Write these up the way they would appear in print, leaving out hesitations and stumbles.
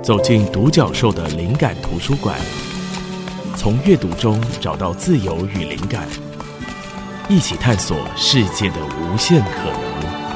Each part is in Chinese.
走进独角兽的灵感图书馆，从阅读中找到自由与灵感，一起探索世界的无限可能。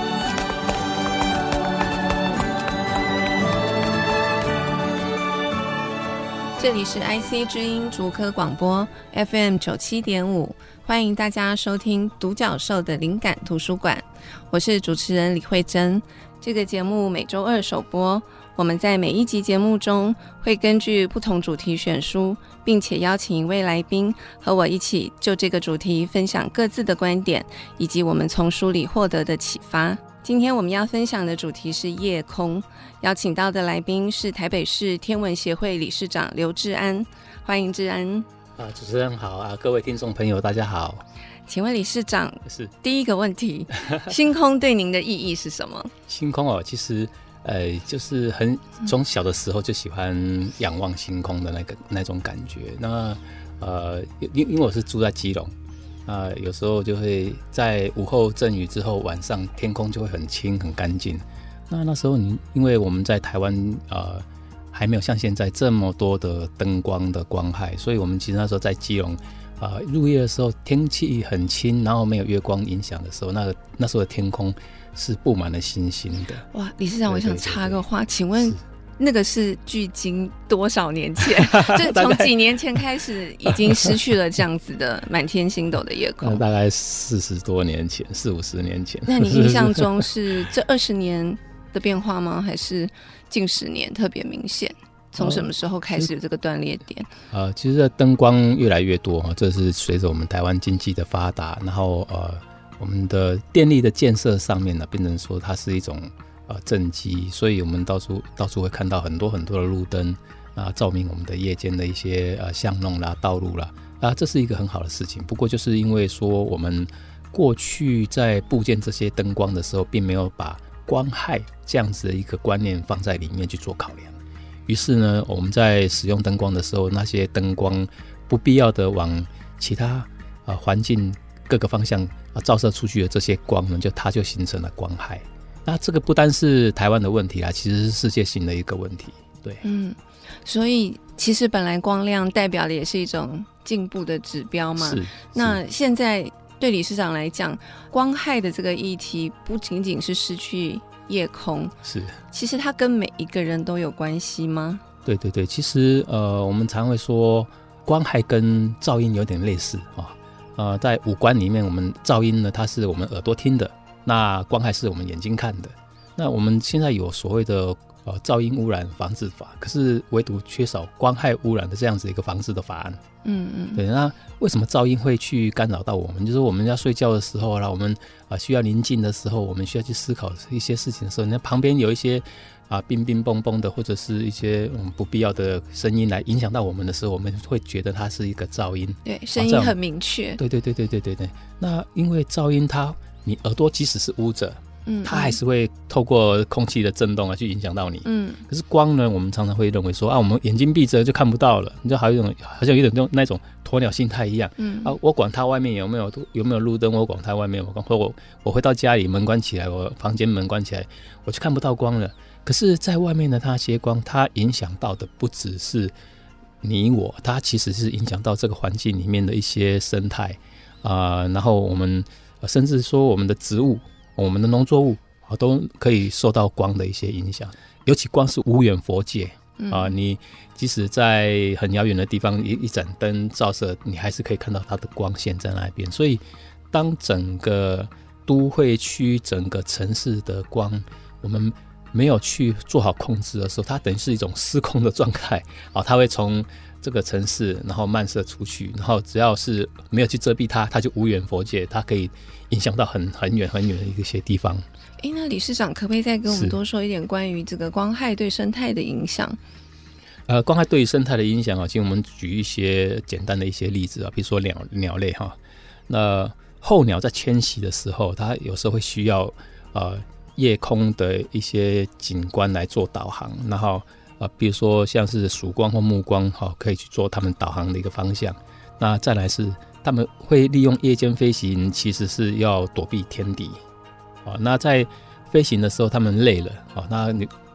这里是 IC 之音竹科广播 FM 97.5，欢迎大家收听独角兽的灵感图书馆，我是主持人李慧珍。这个节目每周二首播，我们在每一集节目中会根据不同主题选书，并且邀请一位来宾和我一起就这个主题分享各自的观点，以及我们从书里获得的启发。今天我们要分享的主题是夜空，邀请到的来宾是台北市天文协会理事长刘志安，欢迎志安。 主持人好各位听众朋友大家好。 请问理事长， 是第一个问题，星空对您的意义是什么？ 星空其实就是从小的时候就喜欢仰望星空的那种感觉。那因为我是住在基隆，有时候就会在午后阵雨之后，晚上天空就会很清很干净。那时候因为我们在台湾还没有像现在这么多的灯光的光害，所以我们其实那时候在基隆入夜的时候天气很清，然后没有月光影响的时候，那时候的天空是布满了星星的。 哇，理事长，我想插个话，请问那个是距今多少年前？就从几年前开始已经失去了这样子的满天星斗的夜空？ 大概40多年前，40-50年前。 那你印象中是这20年的变化吗？还是近10年特别明显？从什么时候开始有这个断裂点？ 其实灯光越来越多，这是随着我们台湾经济的发达，然后我们的电力的建设上面呢，变成说它是一种政绩，所以我们到处会看到很多很多的路灯照明我们的夜间的一些巷弄啦、道路啦这是一个很好的事情。不过就是因为说我们过去在布建这些灯光的时候，并没有把光害这样子的一个观念放在里面去做考量。于是呢，我们在使用灯光的时候，那些灯光不必要的往其他环境各个方向照射出去的这些光呢，它就形成了光害。那这个不单是台湾的问题啦，其实是世界性的一个问题。对， 所以其实本来光亮代表的也是一种进步的指标嘛。是。那现在对理事长来讲，光害的这个议题不仅仅是失去夜空，是，其实它跟每一个人都有关系吗？对对对， 其实我们常会说光害跟噪音有点类似在五官里面，我们噪音呢，它是我们耳朵听的，那光害是我们眼睛看的。那我们现在有所谓的噪音污染防治法，可是唯独缺少光害污染的这样子一个防治的法案。对。那为什么噪音会去干扰到我们？就是我们要睡觉的时候啦，我们需要宁静的时候，我们需要去思考一些事情的时候，那旁边有一些冰冰蹦蹦的，或者是一些不必要的声音来影响到我们的时候，我们会觉得它是一个噪音。 对，声音很明确。 对。那因为噪音你耳朵即使是捂着，它还是会透过空气的震动去影响到你。可是光呢，我们常常会认为说我们眼睛闭着就看不到了，你就好像有点那种鸵鸟心态一样。我管它外面有没有路灯，我管它外面有没有光，或我回到家里门关起来，我房间门关起来，我就看不到光了。可是在外面的那些光，它影响到的不只是你我，它其实是影响到这个环境里面的一些生态然后我们甚至说我们的植物、我们的农作物都可以受到光的一些影响。尤其光是无远弗届你即使在很遥远的地方，一盏灯照射，你还是可以看到它的光线在那边。所以当整个都会区、整个城市的光我们没有去做好控制的时候，它等于是一种失控的状态它会从这个城市然后漫射出去，然后只要是没有去遮蔽它就无远弗届，它可以影响到很远很远的一些地方。 那理事长可不可以再跟我们多说一点关于这个光害对生态的影响？ 光害对于生态的影响其实我们举一些简单的一些例子比如说鸟类那候鸟在迁徙的时候，它有时候会需要夜空的一些景观来做导航，然后比如说像是曙光或暮光可以去做他们导航的一个方向。那再来是他们会利用夜间飞行，其实是要躲避天敌那在飞行的时候他们累了那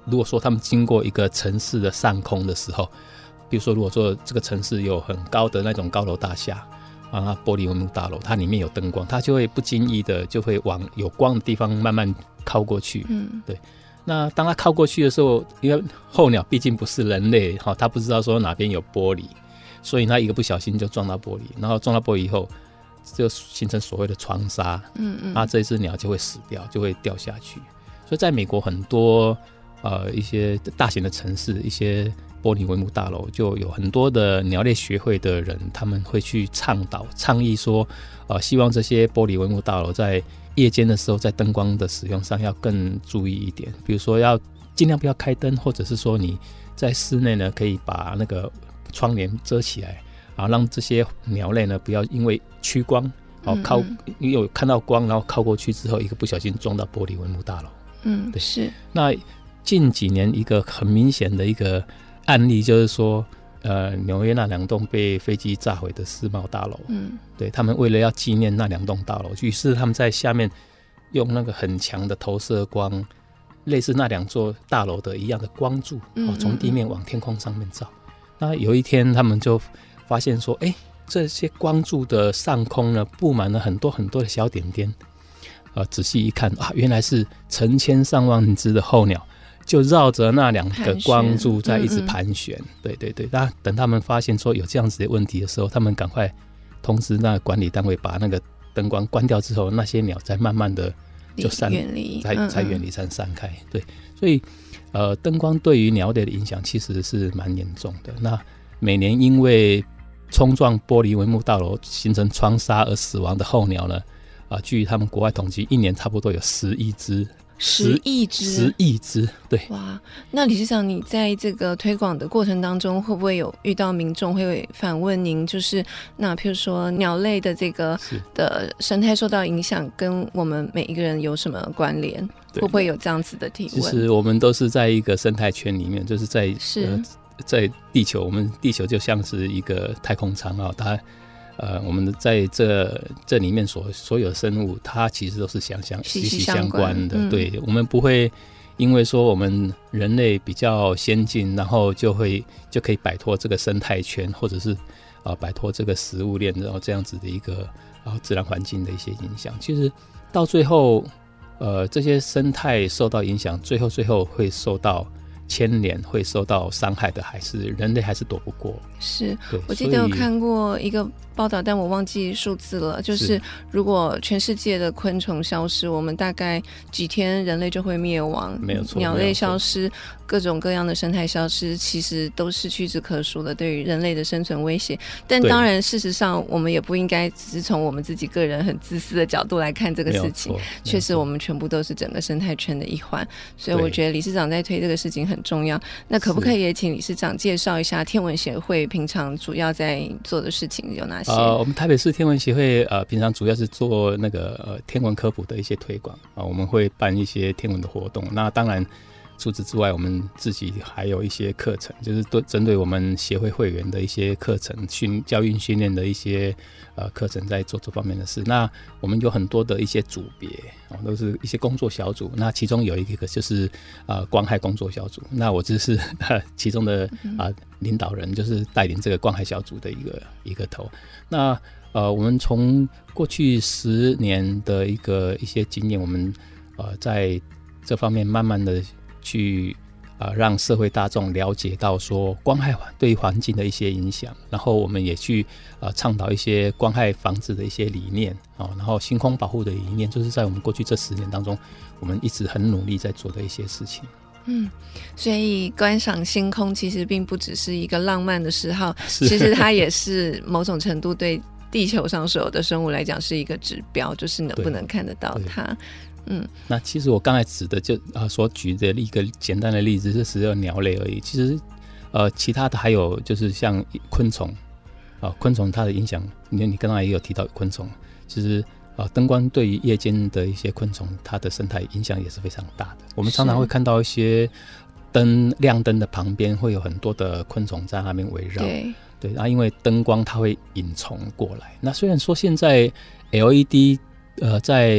如果说他们经过一个城市的上空的时候，比如说如果说这个城市有很高的那种高楼大厦啊，玻璃帷幕大楼，它里面有灯光，它就会不经意的就会往有光的地方慢慢靠过去。对。那当它靠过去的时候，因为候鸟毕竟不是人类，它不知道说哪边有玻璃，所以它一个不小心就撞到玻璃，然后撞到玻璃以后就形成所谓的窗纱，这一只鸟就会死掉，就会掉下去。所以在美国很多一些大型的城市，一些玻璃帷幕大楼，就有很多的鸟类学会的人，他们会去倡议说，希望这些玻璃帷幕大楼在夜间的时候，在灯光的使用上要更注意一点，比如说要尽量不要开灯，或者是说你在室内呢可以把那个窗帘遮起来，然后让这些鸟类呢不要因为趋光，有看到光，然后靠过去之后，一个不小心撞到玻璃帷幕大楼。 对，是。 那近几年一个很明显的一个案例就是说，纽约那2栋被飞机炸毁的世贸大楼，对，他们为了要纪念那2栋大楼，于是他们在下面用那个很强的投射光，类似那2座大楼的一样的光柱，从地面往天空上面照。那有一天他们就发现说，这些光柱的上空呢布满了很多很多的小点点，仔细一看原来是成千上万只的候鸟就绕着那2个光柱在一直盘旋。对对对，那等他们发现说有这样子的问题的时候，他们赶快通知那管理单位把那个灯光关掉之后，那些鸟才慢慢的就远离，才远离，才散开。对，所以灯光对于鸟类的影响其实是蛮严重的。那每年因为冲撞玻璃帷幕大楼形成窗纱而死亡的候鸟呢，据他们国外统计，一年差不多有10亿只。 10亿只， 对。 哇，那理事长，你在这个推广的过程当中，会不会有遇到民众会反问您，就是那譬如说鸟类的这个的生态受到影响，跟我们每一个人有什么关联？会不会有这样子的提问？ 其实我们都是在一个生态圈里面，就是在地球，我们地球就像是一个太空舱它。我们在这里面所有的生物，它其实都是息息相关的。对，我们不会因为说我们人类比较先进，然后就可以摆脱这个生态圈，或者是摆脱这个食物链，然后这样子的一个自然环境的一些影响。其实到最后，这些生态受到影响，最后会受到牵连，会受到伤害的还是人类，还是躲不过。 是，我记得有看过一个报道，但我忘记数字了，就是如果全世界的昆虫消失，我们大概几天人类就会灭亡。 没有错， 鸟类消失，各种各样的生态消失，其实都是屈指可数的对于人类的生存威胁。但当然事实上我们也不应该只是从我们自己个人很自私的角度来看这个事情，确实我们全部都是整个生态圈的一环，所以我觉得理事长在推这个事情很重要。那可不可以也请理事长介绍一下天文协会平常主要在做的事情有哪些？ 我们台北市天文协会平常主要是做那个天文科普的一些推广我们会办一些天文的活动。那当然除此之外，我们自己还有一些课程，就是针对我们协会会员的一些课程，教育训练的一些课程，在做这方面的事。那我们有很多的一些组别都是一些工作小组，那其中有一个就是光害工作小组，那我就是其中的领导人，就是带领这个光害小组的一个头。那我们从过去10年的一些经验，我们在这方面慢慢的去让社会大众了解到说光害对于环境的一些影响，然后我们也去倡导一些光害防治的一些理念然后星空保护的理念，就是在我们过去这10年当中，我们一直很努力在做的一些事情。 所以观赏星空其实并不只是一个浪漫的嗜好，其实它也是某种程度对地球上所有的生物来讲是一个指标，就是能不能看得到它。 那其实我刚才指的就所举的一个简单的例子是只有鸟类而已，其实其他的还有就是像昆虫昆虫它的影响，你刚才也有提到昆虫，其实灯光对于夜间的一些昆虫，它的生态影响也是非常大的。我们常常会看到一些亮灯的旁边会有很多的昆虫在那边围绕，对因为灯光它会引虫过来。那虽然说现在 LED在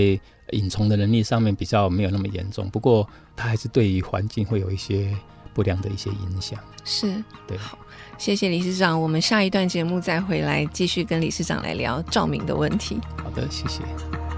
隐虫的能力上面比较没有那么严重，不过它还是对于环境会有一些不良的一些影响。 是， 对。 好，谢谢理事长，我们下一段节目再回来继续跟理事长来聊照明的问题。 好的，谢谢。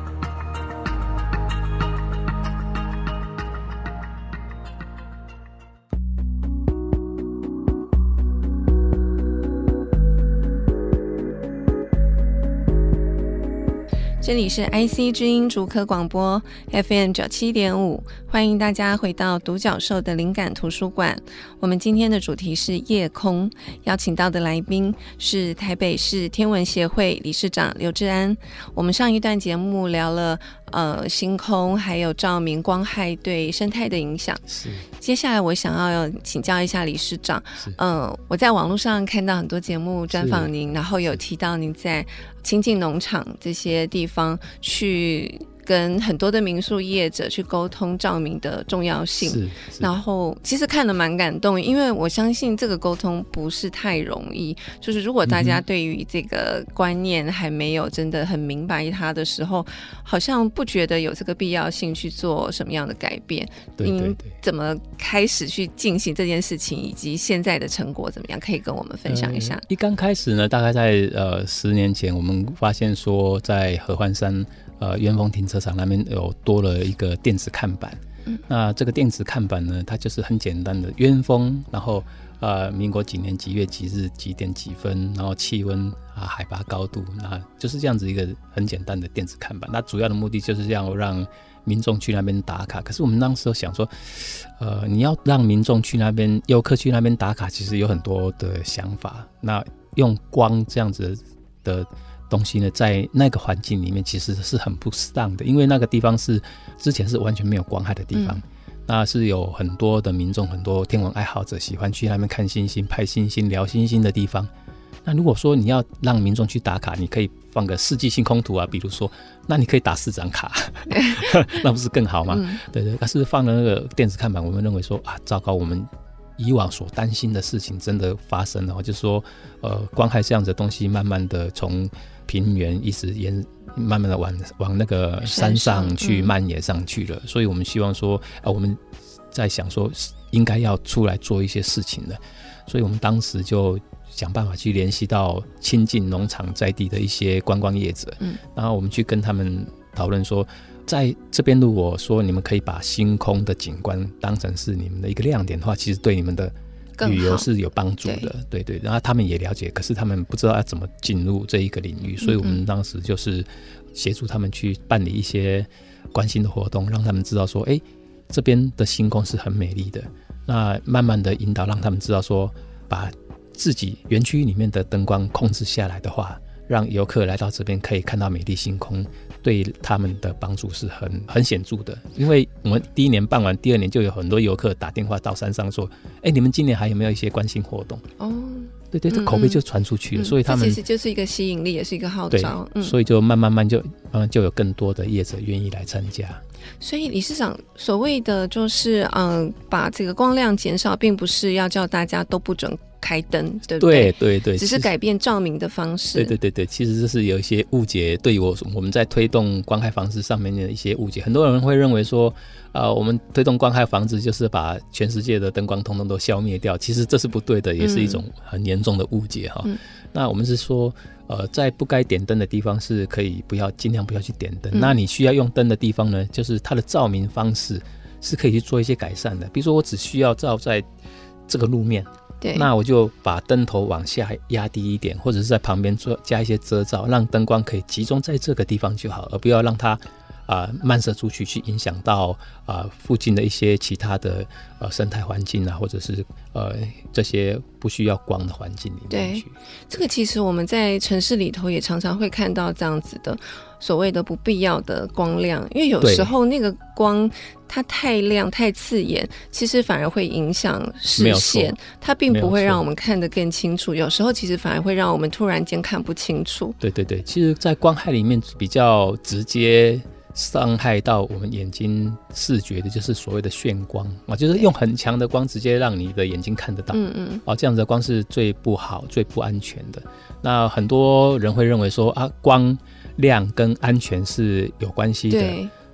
这里是 IC 之音竹科广播 FM 97.5，欢迎大家回到独角兽的灵感图书馆。我们今天的主题是夜空，邀请到的来宾是台北市天文协会理事长刘志安。我们上一段节目聊了星空还有照明光害对生态的影响。 是。 接下来我想要请教一下理事长，我在网络上看到很多节目专访您，然后有提到您在清境农场这些地方去跟很多的民宿业者去沟通照明的重要性，然后其实看了蛮感动，因为我相信这个沟通不是太容易，就是如果大家对于这个观念还没有真的很明白它的时候，好像不觉得有这个必要性去做什么样的改变。您怎么开始去进行这件事情，以及现在的成果怎么样，可以跟我们分享一下？ 一刚开始呢，大概在10年前，我们发现说在合欢山元丰停车场那边有多了一个电子看板。那这个电子看板呢，它就是很简单的元丰，然后民国几年几月几日几点几分，然后气温海拔高度，那就是这样子一个很简单的电子看板。那主要的目的就是要让民众去那边打卡。可是我们当时想说你要让民众去那边，游客去那边打卡，其实有很多的想法。那用光这样子的东西呢，在那个环境里面其实是很不适当的，因为那个地方是之前是完全没有光害的地方。那是有很多的民众，很多天文爱好者喜欢去那边看星星、拍星星、聊星星的地方。那如果说你要让民众去打卡，你可以放个世纪星空图啊，比如说，那你可以打4张卡那不是更好吗？对对。但是放了那个电子看板，我们认为说糟糕，我们以往所担心的事情真的发生了，就是说光害这样子的东西慢慢的从平原一直慢慢的往那个山上去蔓延上去了。所以我们希望说我们在想说应该要出来做一些事情了。所以我们当时就想办法去联系到清境农场在地的一些观光业者，然后我们去跟他们讨论说，在这边如果说你们可以把星空的景观当成是你们的一个亮点的话，其实对你们的旅游是有帮助的。对对。然后他们也了解，可是他们不知道要怎么进入这一个领域，所以我们当时就是协助他们去办理一些关心的活动，让他们知道说这边的星空是很美丽的。那慢慢的引导让他们知道说，把自己园区里面的灯光控制下来的话，让游客来到这边可以看到美丽星空，对他们的帮助是很显著的。因为我们第1年办完，第2年就有很多游客打电话到山上说，你们今年还有没有一些观星活动？对对，这口碑就传出去了。所以他们这其实就是一个吸引力，也是一个号召。 所以就慢慢就有更多的业者愿意来参加。 所以理事长所谓的就是把这个光亮减少，并不是要叫大家都不准开灯，对不对？对对对，只是改变照明的方式。 对对对对，其实这是有一些误解，对于我们在推动光害防治上面的一些误解。很多人会认为说我们推动光害防治就是把全世界的灯光通通都消灭掉，其实这是不对的，也是一种很严重的误解哈。那我们是说在不该点灯的地方是可以尽量不要去点灯。那你需要用灯的地方呢，就是它的照明方式是可以去做一些改善的。比如说我只需要照在这个路面，对，那我就把灯头往下压低一点，或者是在旁边加一些遮罩，让灯光可以集中在这个地方就好，而不要让它漫射出去，去影响到附近的一些其他的生态环境或者是这些不需要光的环境里面去。 对，这个其实我们在城市里头也常常会看到这样子的所谓的不必要的光亮，因为有时候那个光它太亮太刺眼，其实反而会影响视线，它并不会让我们看得更清楚，有时候其实反而会让我们突然间看不清楚。 对对对，其实在光害里面比较直接伤害到我们眼睛视觉的就是所谓的眩光就是用很强的光直接让你的眼睛看得到这样子的光是最不好最不安全的。那很多人会认为说光亮跟安全是有关系的，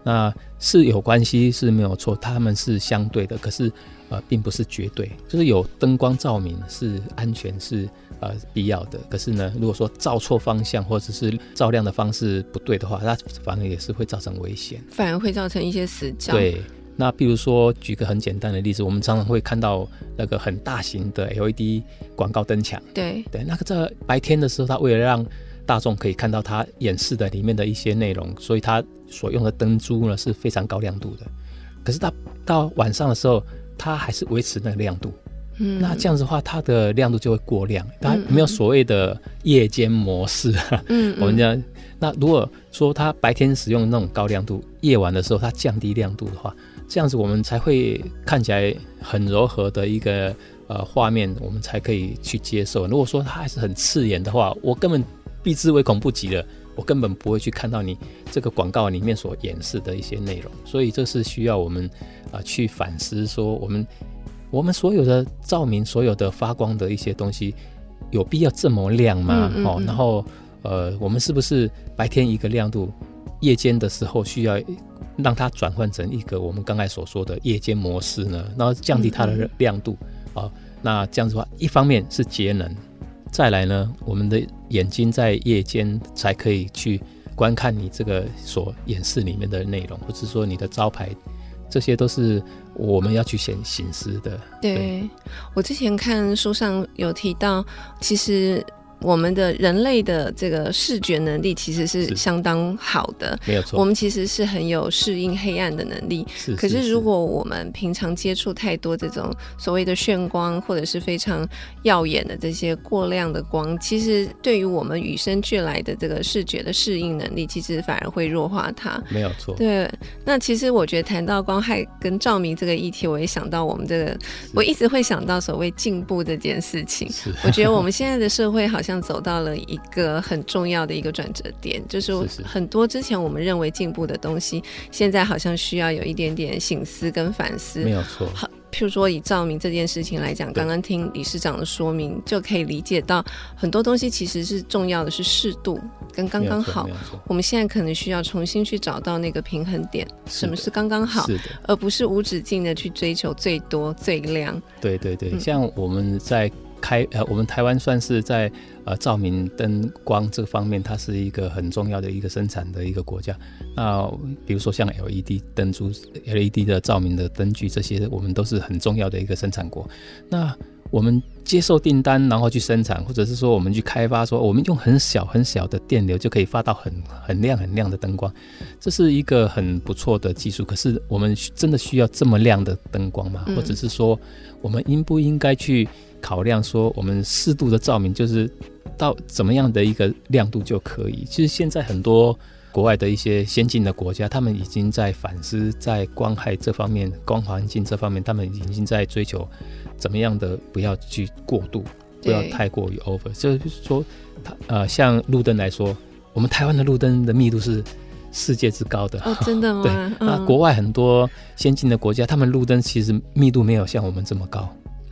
那是有关系是没有错，它们是相对的，可是并不是绝对，就是有灯光照明是安全是必要的，可是呢，如果说照错方向或者是照亮的方式不对的话，它反而也是会造成危险， 反而会造成一些死角。 对，那比如说举个很简单的例子，我们常常会看到那个很大型的 LED 广告灯墙， 对， 那个在白天的时候，它为了让大众可以看到它演示的里面的一些内容，所以它所用的灯珠呢是非常高亮度的，可是它到晚上的时候它还是维持那个亮度，那这样子的话它的亮度就会过亮，它没有所谓的夜间模式，我们讲，那如果说它白天使用那种高亮度，夜晚的时候它降低亮度的话，这样子我们才会看起来很柔和的一个画面，我们才可以去接受。如果说它还是很刺眼的话，我根本避之唯恐不及了，我根本不会去看到你这个广告里面所演示的一些内容。所以这是需要我们去反思，说我们所有的照明，所有的发光的一些东西，有必要这么亮吗？然后我们是不是白天一个亮度，夜间的时候需要让它转换成一个我们刚才所说的夜间模式呢？然后降低它的亮度那这样子的话，一方面是节能，再来呢，我们的眼睛在夜间才可以去观看你这个所演示里面的内容，或者说你的招牌，这些都是我们要去省思的。 对，我之前看书上有提到，其实我们的人类的这个视觉能力其实是相当好的， 没有错。 我们其实是很有适应黑暗的能力，可是如果我们平常接触太多这种所谓的眩光，或者是非常耀眼的这些过亮的光，其实对于我们与生俱来的这个视觉的适应能力，其实反而会弱化它。 没有错。 对，那其实我觉得谈到光害跟照明这个议题，我也想到我们这个，我一直会想到所谓进步这件事情。我觉得我们现在的社会好像走到了一个很重要的一个转折点，就是很多之前我们认为进步的东西，现在好像需要有一点点省思跟反思。 没有错。 譬如说以照明这件事情来讲，刚刚听理事长的说明，就可以理解到很多东西其实是重要的是适度跟刚刚好。我们现在可能需要重新去找到那个平衡点，什么是刚刚好，而不是无止境的去追求最多最亮。对对对， 像我们在我们台湾算是在照明灯光这方面，它是一个很重要的一个生产的一个国家。那比如说像 LED 灯珠、LED 的照明的灯具，这些我们都是很重要的一个生产国。那我们接受订单，然后去生产，或者是说我们去开发，说我们用很小很小的电流就可以发到很亮很亮的灯光，这是一个很不错的技术。可是我们真的需要这么亮的灯光吗？或者是说我们应不应该去考量说我们适度的照明就是到怎么样的一个亮度就可以？其实现在很多国外的一些先进的国家，他们已经在反思在光害这方面、光环境这方面，他们已经在追求怎么样的不要去过度，不要太过于 over。就是说像路灯来说，我们台湾的路灯的密度是世界之高的。 真的吗？ 对，那国外很多先进的国家，他们路灯其实密度没有像我们这么高。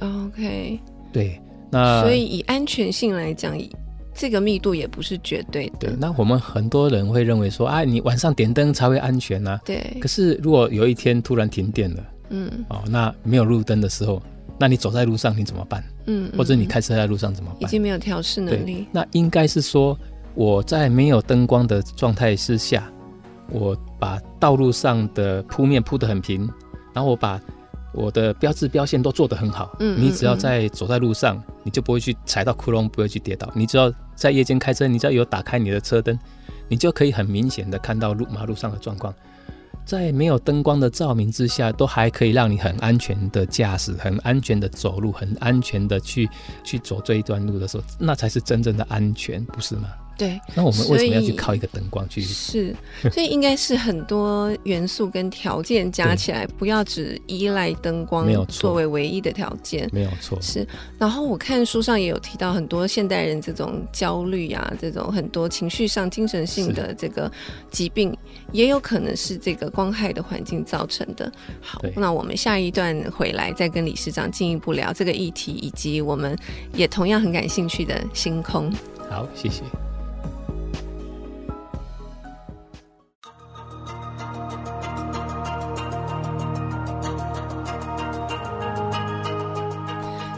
OK。 对，那所以以安全性来讲，这个密度也不是绝对的。 对，那我们很多人会认为说，你晚上点灯才会安全啊。 对。 可是如果有一天突然停电了，那没有路灯的时候，那你走在路上你怎么办？或者你开车在路上怎么办？ 已经没有调试能力。 那应该是说，我在没有灯光的状态之下，我把道路上的铺面铺得很平，然后我把我的标志标线都做得很好，你只要走在路上，你就不会去踩到窟窿，不会去跌倒。你只要在夜间开车，你只要有打开你的车灯，你就可以很明显的看到马路上的状况。在没有灯光的照明之下，都还可以让你很安全的驾驶，很安全的走路，很安全的去走这一段路的时候，那才是真正的安全，不是吗？ 对， 那我们为什么要去靠一个灯光去？ 是，所以应该是很多元素跟条件加起来，不要只依赖灯光作为唯一的条件。 没有错。 是，然后我看书上也有提到很多现代人这种焦虑啊，这种很多情绪上、精神性的这个疾病，也有可能是这个光害的环境造成的。好，那我们下一段回来再跟理事长进一步聊这个议题，以及我们也同样很感兴趣的星空。 好，谢谢。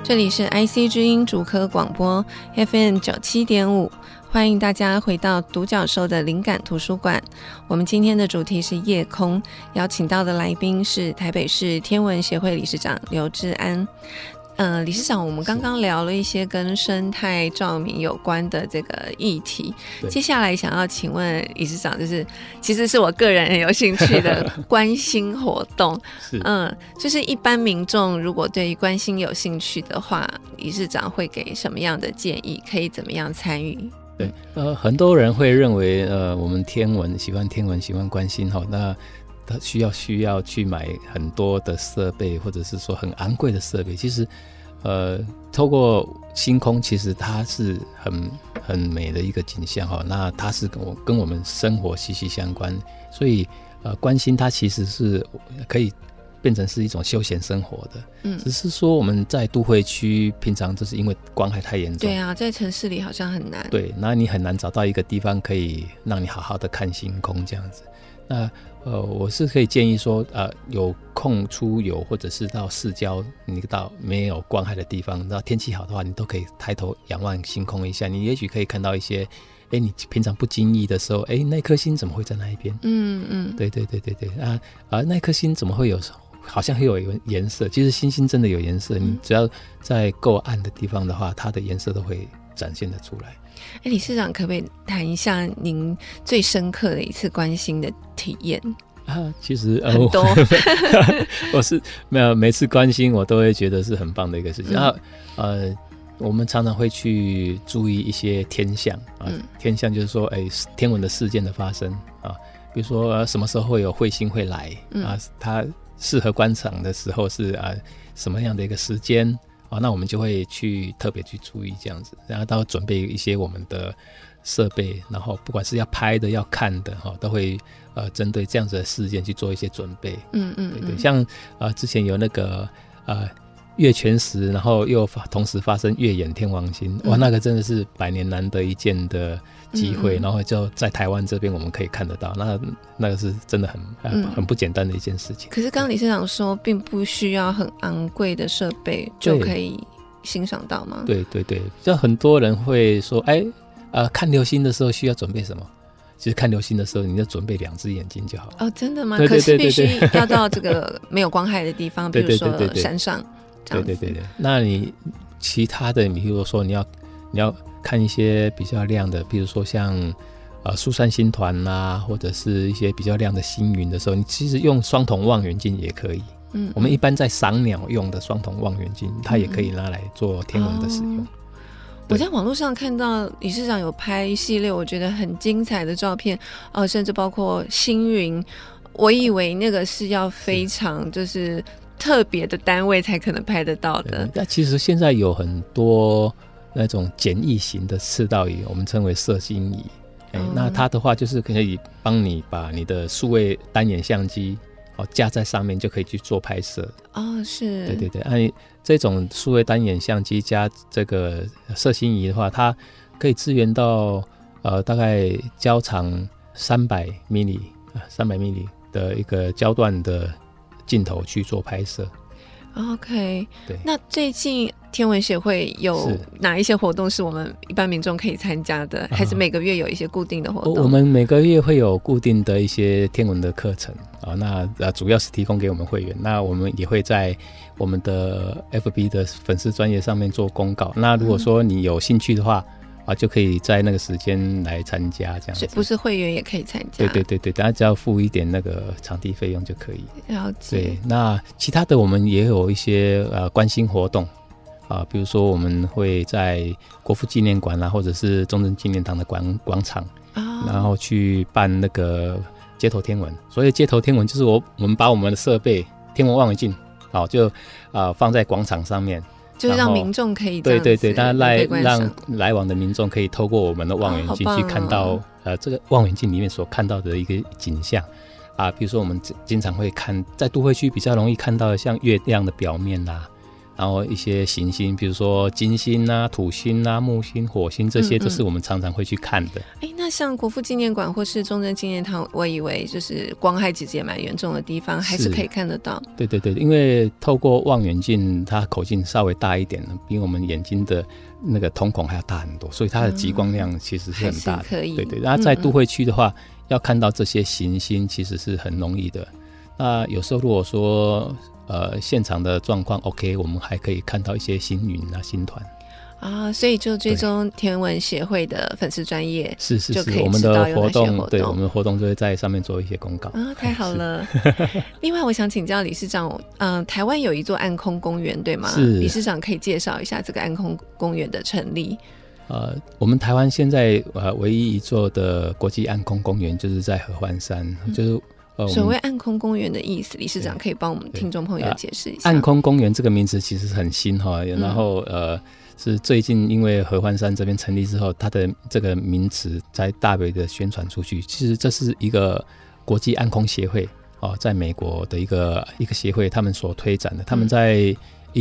这里是 IC 之音竹科广播 FM 97.5，欢迎大家回到独角兽的灵感图书馆。我们今天的主题是夜空，邀请到的来宾是台北市天文协会理事长刘致安。理事长，我们刚刚聊了一些跟生态照明有关的这个议题，接下来想要请问理事长，就是其实是我个人很有兴趣的观星活动。就是一般民众如果对于观星有兴趣的话，理事长会给什么样的建议？可以怎么样参与？ 对，很多人会认为，我们喜欢天文，喜欢观星，那他需要去买很多的设备，或者是说很昂贵的设备。其实，透过星空，其实它是很美的一个景象哈。那它是跟我们生活息息相关，所以观星它其实是可以变成是一种休闲生活的。只是说我们在都会区平常就是因为光害太严重， 对啊，在城市里好像很难。 对，那你很难找到一个地方可以让你好好的看星空这样子。那我是可以建议说，有空出游或者是到市郊，你到没有光害的地方，那天气好的话，你都可以抬头仰望星空一下，你也许可以看到一些，你平常不经意的时候，那颗星怎么会在那一边？对，那颗星怎么会有？好像会有颜色，其实星星真的有颜色，你只要在够暗的地方的话，它的颜色都会展现得出来。 理事长可不可以谈一下您最深刻的一次观星的体验？ 其实很多我是没有每次观星我都会觉得是很棒的一个事情。我们常常会去注意一些天象天象就是说天文的事件的发生比如说什么时候会有彗星会来它适合观赏的时候是什么样的一个时间那我们就会特别去注意这样子，然后到准备一些我们的设备，然后不管是要拍的要看的都会针对这样子的事件去做一些准备。对，像之前有那个月全食，然后又同时发生月掩天王星，哇，那个真的是100年难得一见的机会，然后就在台湾这边我们可以看得到，那个是真的很不简单的一件事情。 可是刚刚理事长说并不需要很昂贵的设备就可以欣赏到吗？ 对，就很多人会说看流星的时候需要准备什么？其实看流星的时候你就准备2只眼睛就好了。 真的吗？ 对， 可是必须要到这个没有光害的地方比如说山上这样子。对， 那你其他的比如说你要看一些比较亮的，比如说像苏珊星团或者是一些比较亮的星云的时候，你其实用双筒望远镜也可以。我们一般在赏鸟用的双筒望远镜它也可以拿来做天文的使用。 我在网络上看到理事长有拍一系列我觉得很精彩的照片甚至包括星云，我以为那个是要非常就是特别的单位才可能拍得到的。 那其实现在有很多那种简易型的赤道仪，我们称为射星仪那它的话就是可以帮你把你的数位单眼相机架在上面就可以去做拍摄。 是。 对，这种数位单眼相机加这个射星仪的话，它可以支援到大概焦长300 mm 的一个焦段的镜头去做拍摄。 OK， 对。 那最近天文协会有哪一些活动是我们一般民众可以参加的？还是每个月有一些固定的活动？ 我们每个月会有固定的一些天文的课程那主要是提供给我们会员。那我们也会在我们的 FB 的粉丝专页上面做公告。那如果说你有兴趣的话就可以在那个时间来参加这样子。 不是会员也可以参加？ 对，大家只要付一点那个场地费用就可以。 了解。 对，那其他的我们也有一些观星活动比如说我们会在国父纪念馆或者是中正纪念堂的广场然后去办那个街头天文。所以街头天文就是我们把我们的设备天文望远镜就放在广场上面， 就是让民众可以这样子对，让来往的民众可以透过我们的望远镜去看到这个望远镜里面所看到的一个景象比如说我们经常会看在都会区比较容易看到的像月亮的表面然后一些行星，比如说金星啊、土星啊、木星、火星，这些都是我们常常会去看的。 那像国父纪念馆或是中正纪念堂，我以为就是光害其实也蛮严重的地方，还是可以看得到。对对对，因为透过望远镜，它口径稍微大一点，比我们眼睛的那个瞳孔还要大很多，所以它的极光量其实是很大的。可以。对对，然后在都会区的话，要看到这些行星其实是很容易的。那有时候如果说现场的状况 OK， 我们还可以看到一些星云啊、星团啊，所以就追踪天文协会的粉丝专页， 是就可以我们的活动， 对，我们的活动就会在上面做一些公告啊，太好了。另外，我想请教理事长，台湾有一座暗空公园，对吗？是，理事长可以介绍一下这个暗空公园的成立。 我们台湾现在唯一一座的国际暗空公园就是在合欢山，就是所谓暗空公园的意思，理事长可以帮我们听众朋友解释一下。 暗空公园这个名词其实很新哈，然后是最近因为合欢山这边成立之后，它的这个名词才大为的宣传出去。其实这是一个国际暗空协会在美国的一个协会，他们所推展的。他们在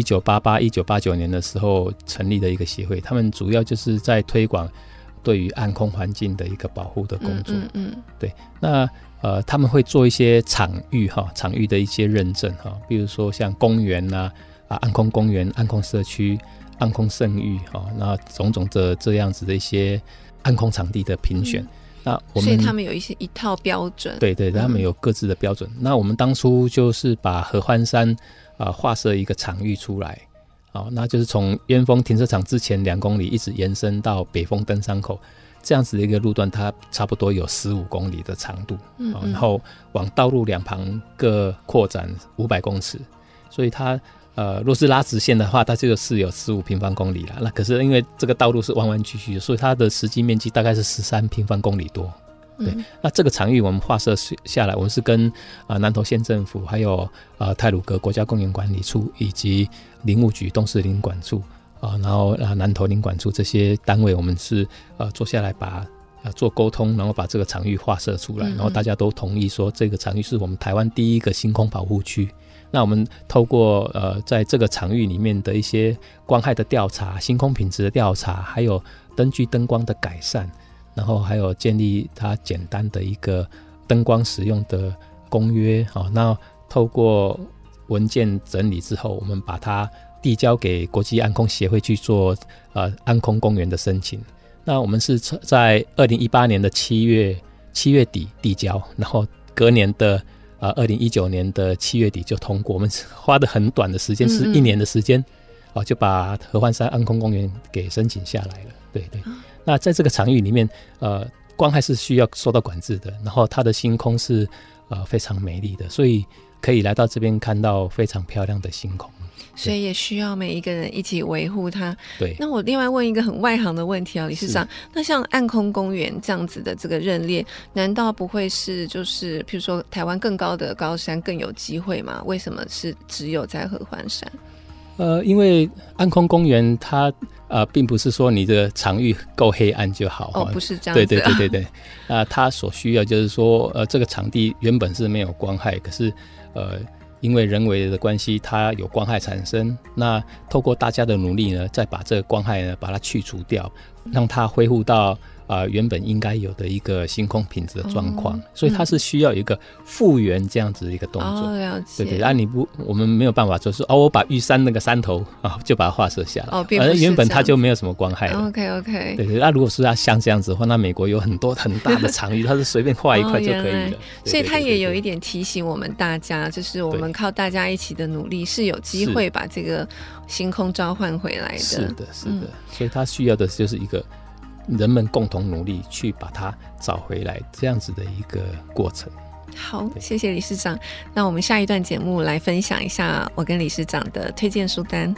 1988、1989年的时候成立的一个协会，他们主要就是在推广对于暗空环境的一个保护的工作。对，那他们会做一些场域的一些认证比如说像公园暗空公园、暗空社区、暗空圣域那种种的这样子的一些暗空场地的评选。那所以他们有一套标准。 对对，他们有各自的标准。那我们当初就是把合欢山划设一个场域出来，那就是从燕峰停车场之前2公里一直延伸到北峰登山口，这样子的一个路段，它差不多有15公里的长度，然后往道路两旁各扩展500公尺，所以它若是拉直线的话，它就是有15平方公里啦。那可是因为这个道路是弯弯曲曲的，所以它的实际面积大概是13平方公里多。对，那这个场域我们划设下来，我们是跟南投县政府，还有太鲁阁国家公园管理处以及林务局东势林管处然后南投林管处这些单位，我们是坐下来把做沟通，然后把这个场域划设出来，然后大家都同意说这个场域是我们台湾第一个星空保护区。那我们透过在这个场域里面的一些光害的调查、星空品质的调查，还有灯具灯光的改善，然后还有建立它简单的一个灯光使用的公约那透过文件整理之后，我们把它递交给国际暗空协会去做暗空公园的申请。那我们是在2018年的7月底递交，然后隔年的2019年的7月底就通过。我们花的很短的时间，是1年的时间就把合欢山暗空公园给申请下来了。对对，那在这个场域里面光害是需要受到管制的，然后它的星空是非常美丽的，所以可以来到这边看到非常漂亮的星空。 所以也需要每一个人一起维护它。 对。 那我另外问一个很外行的问题理事长，那像暗空公园这样子的这个认列，难道不会是就是譬如说台湾更高的高山更有机会吗？为什么是只有在合欢山？ 因为暗空公园它并不是说你的场域够黑暗就好不是这样子。 对对对对对它所需要就是说这个场地原本是没有光害，可是因为人为的关系，它有光害产生。那透过大家的努力呢，再把这个光害呢，把它去除掉，让它恢复到原本应该有的一个星空品质的状况。所以它是需要一个复原这样子的一个动作。 了解。 对对，我们没有办法就是我把玉山那个山头就把它画设下来。 并不是原本它就没有什么光害了。 OK。 对对，那如果是要像这样子的话，那美国有很多很大的场域，它是随便画一块就可以了。 所以它也有一点提醒我们大家，就是我们靠大家一起的努力，是有机会把这个星空召唤回来的。 是的，是的。所以它需要的就是一个人们共同努力去把它找回来这样子的一个过程。 好，谢谢理事长。那我们下一段节目来分享一下我跟理事长的推荐书单。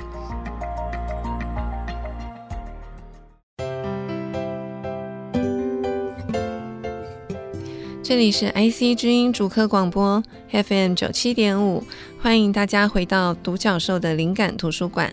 这里是 IC 之音主科广播 FM 97.5，欢迎大家回到独角兽的灵感图书馆。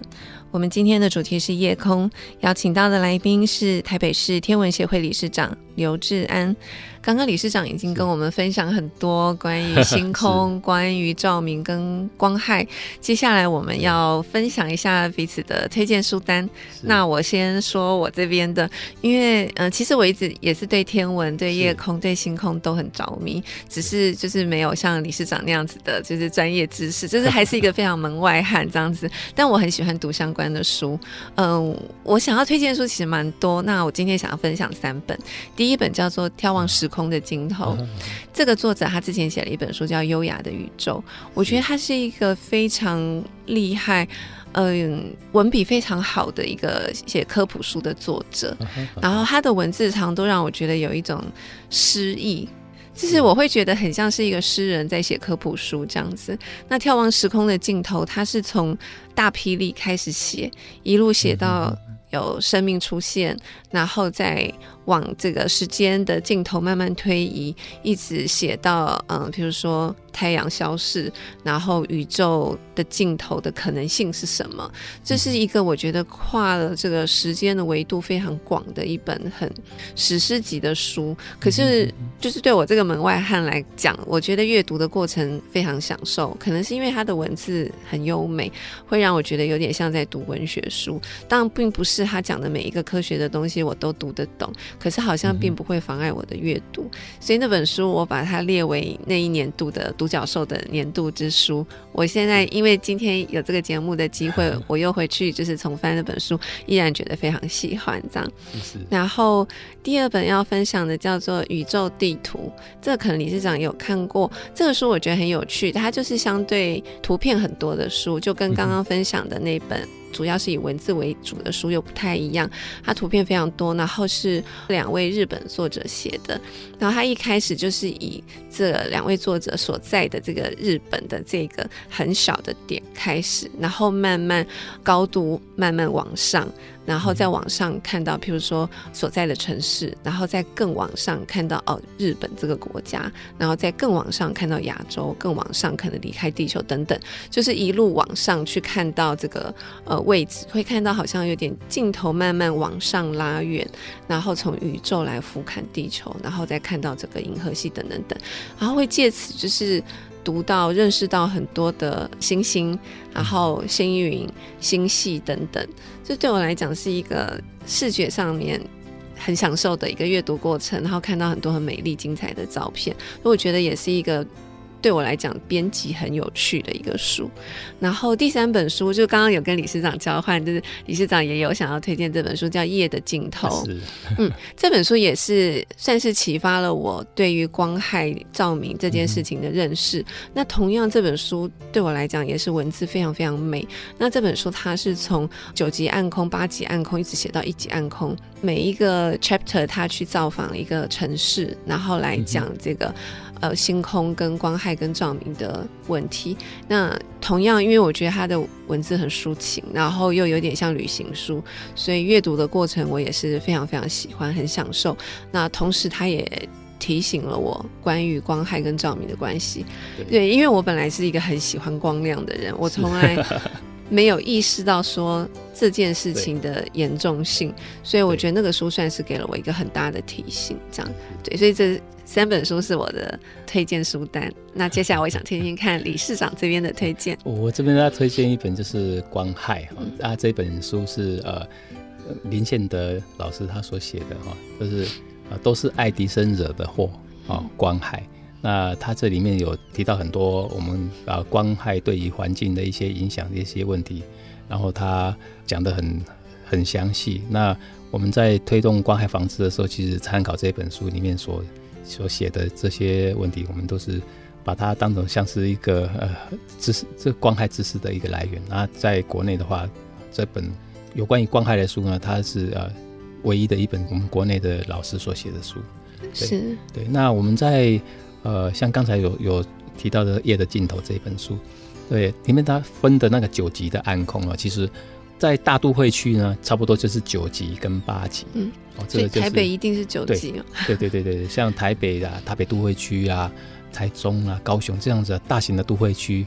我们今天的主题是夜空，邀请到的来宾是台北市天文协会理事长刘志安。刚刚理事长已经跟我们分享很多关于星空关于照明跟光害，接下来我们要分享一下彼此的推荐书单。那我先说我这边的，因为其实我一直也是对天文对夜空对星空都很着迷，只是就是没有像理事长那样子的就是专业知识，就是还是一个非常门外汉这样子。但我很喜欢读相关的书，我想要推荐的书其实蛮多，那我今天想要分享3本。第一本叫做《眺望时空的尽头》，这个作者他之前写了一本书叫《优雅的宇宙》，我觉得他是一个非常厉害文笔非常好的一个写科普书的作者，然后他的文字常都让我觉得有一种诗意，就是我会觉得很像是一个诗人在写科普书这样子。那眺望时空的尽头，他是从大霹雳开始写，一路写到有生命出现，然后再往这个时间的尽头慢慢推移，一直写到比如说太阳消逝，然后宇宙的尽头的可能性是什么。这是一个我觉得跨了这个时间的维度非常广的一本很史诗级的书，可是就是对我这个门外汉来讲，我觉得阅读的过程非常享受，可能是因为它的文字很优美，会让我觉得有点像在读文学书。当然并不是他讲的每一个科学的东西我都读得懂，可是好像并不会妨碍我的阅读，所以那本书我把它列为那一年度的独角兽的年度之书。我现在因为今天有这个节目的机会，我又回去就是重翻那本书，依然觉得非常喜欢这样。然后第2本要分享的叫做《宇宙地图》，这个可能理事长也有看过。这个书我觉得很有趣，它就是相对图片很多的书，就跟刚刚分享的那本主要是以文字为主的书又不太一样，它图片非常多，然后是2位日本作者写的。然后他一开始就是以这2位作者所在的这个日本的这个很小的点开始，然后慢慢高度慢慢往上，然后再往上看到譬如说所在的城市，然后再更往上看到日本这个国家，然后再更往上看到亚洲，更往上可能离开地球等等，就是一路往上去看到这个位置，会看到好像有点镜头慢慢往上拉远，然后从宇宙来俯瞰地球，然后再看到这个银河系等等等，然后会借此就是读到认识到很多的星星，然后星云星系等等，这对我来讲是一个视觉上面很享受的一个阅读过程，然后看到很多很美丽精彩的照片，所以我觉得也是一个对我来讲编辑很有趣的一个书。然后第3本书就刚刚有跟理事长交换，就是理事长也有想要推荐这本书叫《夜的尽头》。这本书也是算是启发了我对于光害照明这件事情的认识。那同样这本书对我来讲也是文字非常非常美。那这本书它是从9级暗空8级暗空一直写到1级暗空，每一个 chapter 它去造访一个城市，然后来讲这个星空跟光害跟照明的问题。那同样因为我觉得它的文字很抒情，然后又有点像旅行书，所以阅读的过程我也是非常非常喜欢很享受。那同时它也提醒了我关于光害跟照明的关系。对，因为我本来是一个很喜欢光亮的人，我从来没有意识到说这件事情的严重性，所以我觉得那个书算是给了我一个很大的提醒这样。对，所以这3本书是我的推荐书单。那接下来我想听听看理事长这边的推荐。 我这边要推荐一本就是光害这本书是林宪德老师他所写的就是都是爱迪生惹的祸光害。那他这里面有提到很多我们光害对于环境的一些影响的一些问题，然后他讲得很详细。那我们在推动光害防治的时候，其实参考这本书里面所写的这些问题，我们都是把它当成像是一个知识，这光害知识的一个来源。那在国内的话，这本有关于光害的书呢，它是唯一的一本我们国内的老师所写的书。 是， 对。那我们在像刚才有提到的《夜的尽头》这本书，对，里面它分的那个9级的暗空其实在大都会区呢，差不多就是9级跟8级。 所以台北一定是9级对，像台北都会区啊、台中啊、高雄这样子大型的都会区，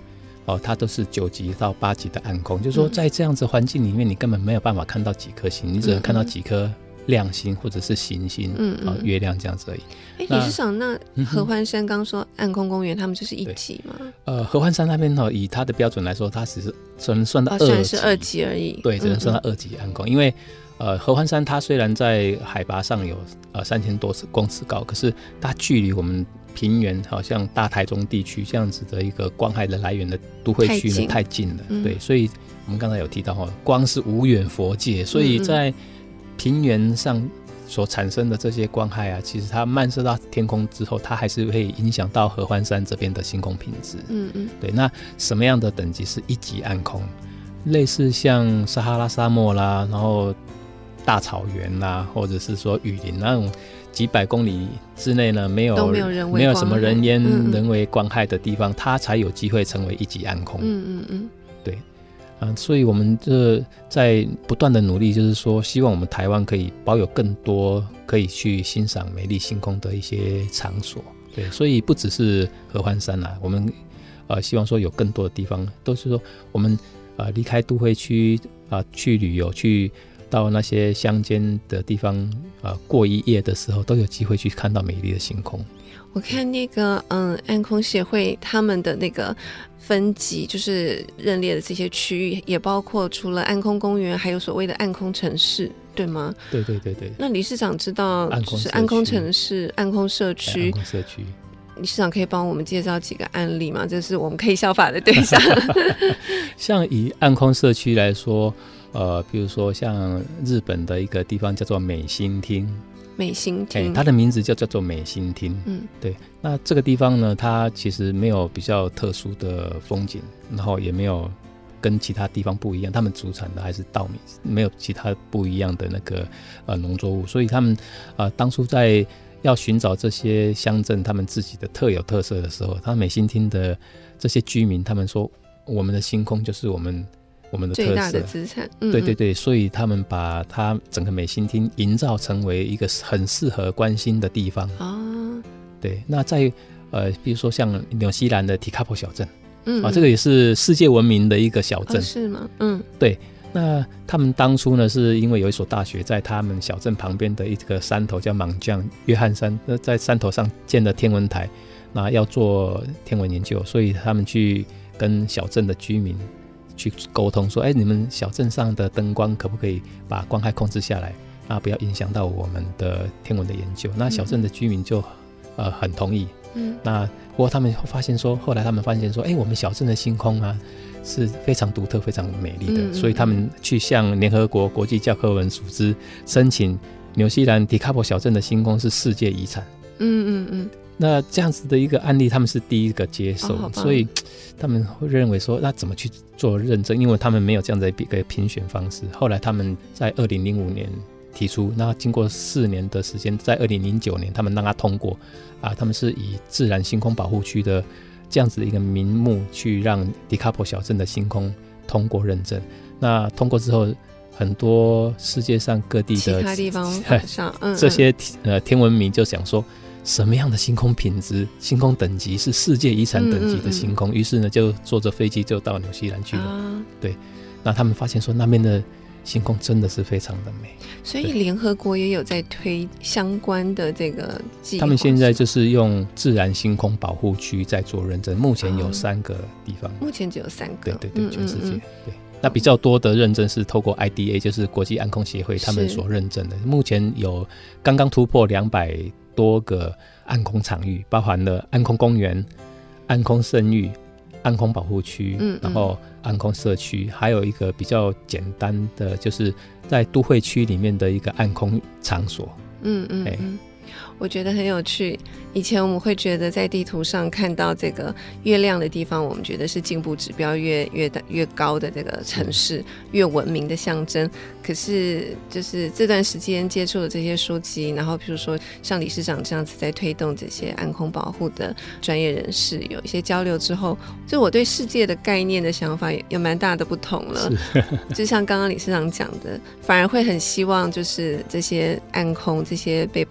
它都是9级到8级的暗空，就是说在这样子环境里面，你根本没有办法看到几颗星，你只能看到几颗亮星或者是行星，月亮这样子而已。 理事长，那合欢山刚说暗空公园他们就是1级吗？ 合欢山那边以它的标准来说，它只是只能算到2级， 虽然是2级而已。 对，只能算到2级暗空，因为合欢山它虽然在海拔上有3000多公尺高，可是它距离我们平原好像大台中地区这样子的一个光害的来源的都会区呢太近了，对，所以我们刚才有提到光是无远佛界，所以在平原上所产生的这些光害啊，其实它漫射到天空之后，它还是会影响到合欢山这边的星空品质。对，那什么样的等级是1级暗空？类似像撒哈拉沙漠啦，然后大草原啦，或者是说雨林那种几百公里之内呢，没有什么人烟人为光害的地方，它才有机会成为1级暗空。对。所以我们在不断的努力，就是说希望我们台湾可以保有更多可以去欣赏美丽星空的一些场所。对，所以不只是合欢山啦，我们希望说有更多的地方，都是说我们离开都会区去旅游，去到那些乡间的地方过1夜的时候，都有机会去看到美丽的星空。 我看那个暗空协会他们的那个分级，就是认列的这些区域，也包括除了暗空公园，还有所谓的暗空城市，对吗？对。那理事长知道就是暗空城市、暗空社区，理事长可以帮我们介绍几个案例吗？这是我们可以效法的对象。 像以暗空社区来说，比如说像日本的一个地方叫做美心町。它的名字就叫做美心町。对。那这个地方呢，它其实没有比较特殊的风景，然后也没有跟其他地方不一样，他们主产的还是稻米，没有其他不一样的那个农作物，所以他们当初在要寻找这些乡镇他们自己的特有特色的时候，他美心町的这些居民他们说，我们的星空就是我们的特色， 最大的资产。 对，所以他们把它整个美心町营造成为一个很适合观星的地方。对，那在比如说像纽西兰的提卡坡小镇，这个也是世界闻名的一个小镇。 是吗？ 对。那他们当初呢，是因为有一所大学在他们小镇旁边的一个山头叫莽将约翰山，在山头上建了天文台，那要做天文研究，所以他们去跟小镇的居民去沟通说，你们小镇上的灯光可不可以把光害控制下来，那不要影响到我们的天文的研究。那小镇的居民就很同意。那不过他们发现说，后来他们发现说，我们小镇的星空啊是非常独特、非常美丽的，所以他们去向联合国国际教科文组织申请纽西兰迪卡坡小镇的星空是世界遗产。那这样子的一个案例，他们是第一个接受，所以他们会认为说，那怎么去做认证？因为他们没有这样的一个评选方式。后来他们在2005年提出，那经过4年的时间，在2009年他们让它通过他们是以自然星空保护区的这样子的一个名目去让迪卡坡小镇的星空通过认证。那通过之后，很多世界上各地的其他地方上这些天文迷就想说，什么样的星空品质、星空等级是世界遗产等级的星空，于是呢就坐着飞机就到纽西兰去了。对，那他们发现说那边的星空真的是非常的美， 所以联合国也有在推相关的这个计划。 他们现在就是用自然星空保护区在做认证，目前有3个地方。 目前只有3个。 对，全世界。对，那比较多的认证是透过 IDA， 就是国际暗空协会他们所认证的。目前有刚刚突破200多个暗空场域，包含了暗空公园、暗空圣域、暗空保护区，然后暗空社区，还有一个比较简单的，就是在都会区里面的一个暗空场所。 我觉得很有趣。以前我们会觉得在地图上看到这个越亮的地方，我们觉得是进步指标越高的这个城市，越文明的象征。可是就是这段时间接触的这些书籍，然后比如说像理事长这样子在推动这些暗空保护的专业人士有一些交流之后，就我对世界的概念的想法也蛮大的不同了。就像刚刚理事长讲的，反而会很希望就是这些暗空这些被保护的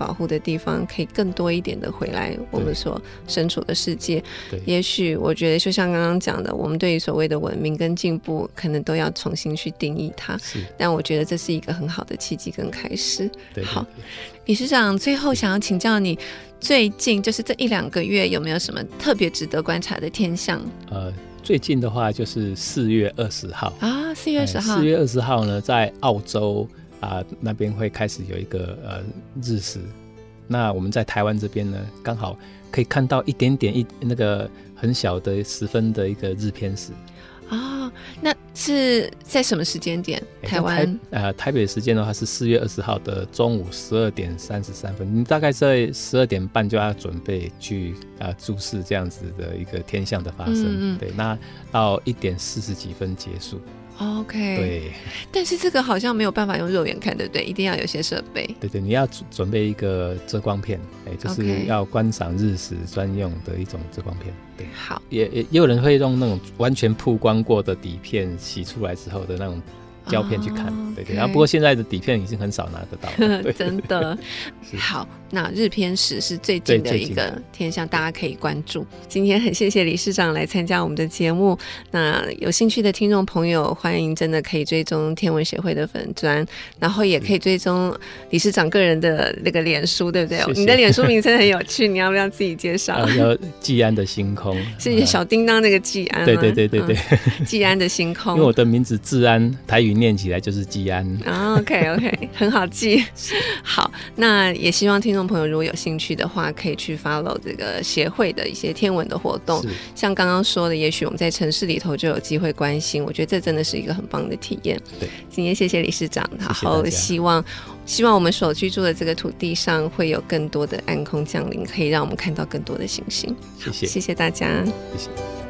地方可以更多一点的回来我们所身处的世界。也许我觉得就像刚刚讲的，我们对于所谓的文明跟进步可能都要重新去定义它，但我觉得这是一个很好的契机跟开始。好，理事长，最后想要请教你，最近就是这1-2个月有没有什么特别值得观察的天象？ 最近的话就是4月20号啊，4月20号 ，4月20号呢，在澳洲那边会开始有一个日食。那我们在台湾这边呢，刚好可以看到一点点那个很小的10分的一个日偏食。 那是在什么时间点？台湾台北时间的话是4月20号的中午12点33分，你大概在12点半就要准备去注视这样子的一个天象的发生。对，那到1点40几分结束。 OK， 对， 但是这个好像没有办法用肉眼看，对不对？一定要有些设备。 对，你要准备一个遮光片，就是要观赏日食专用的一种遮光片。对， 好， 也有人会用那种完全曝光过的底片洗出来之后的那种胶片去看。对，然后不过现在的底片已经很少拿得到了。 真的。好，那日偏食是最近的一个天象，大家可以关注。今天很谢谢理事长来参加我们的节目，那有兴趣的听众朋友欢迎真的可以追踪天文协会的粉专，然后也可以追踪理事长个人的那个脸书，对不对？谢谢。你的脸书名称很有趣，你要不要自己介绍？ 叫季安的星空， 是小叮当那个季安吗？ 对， 季安的星空。 因为我的名字治安台语念起来就是季安。 OK， 很好记。好，那也希望听众朋友如果有兴趣的话，可以去 follow 这个协会的一些天文的活动。像刚刚说的，也许我们在城市里头就有机会关心，我觉得这真的是一个很棒的体验。对，今天谢谢理事长，然后希望我们所居住的这个土地上会有更多的暗空降临，可以让我们看到更多的星星。谢谢大家， 谢谢。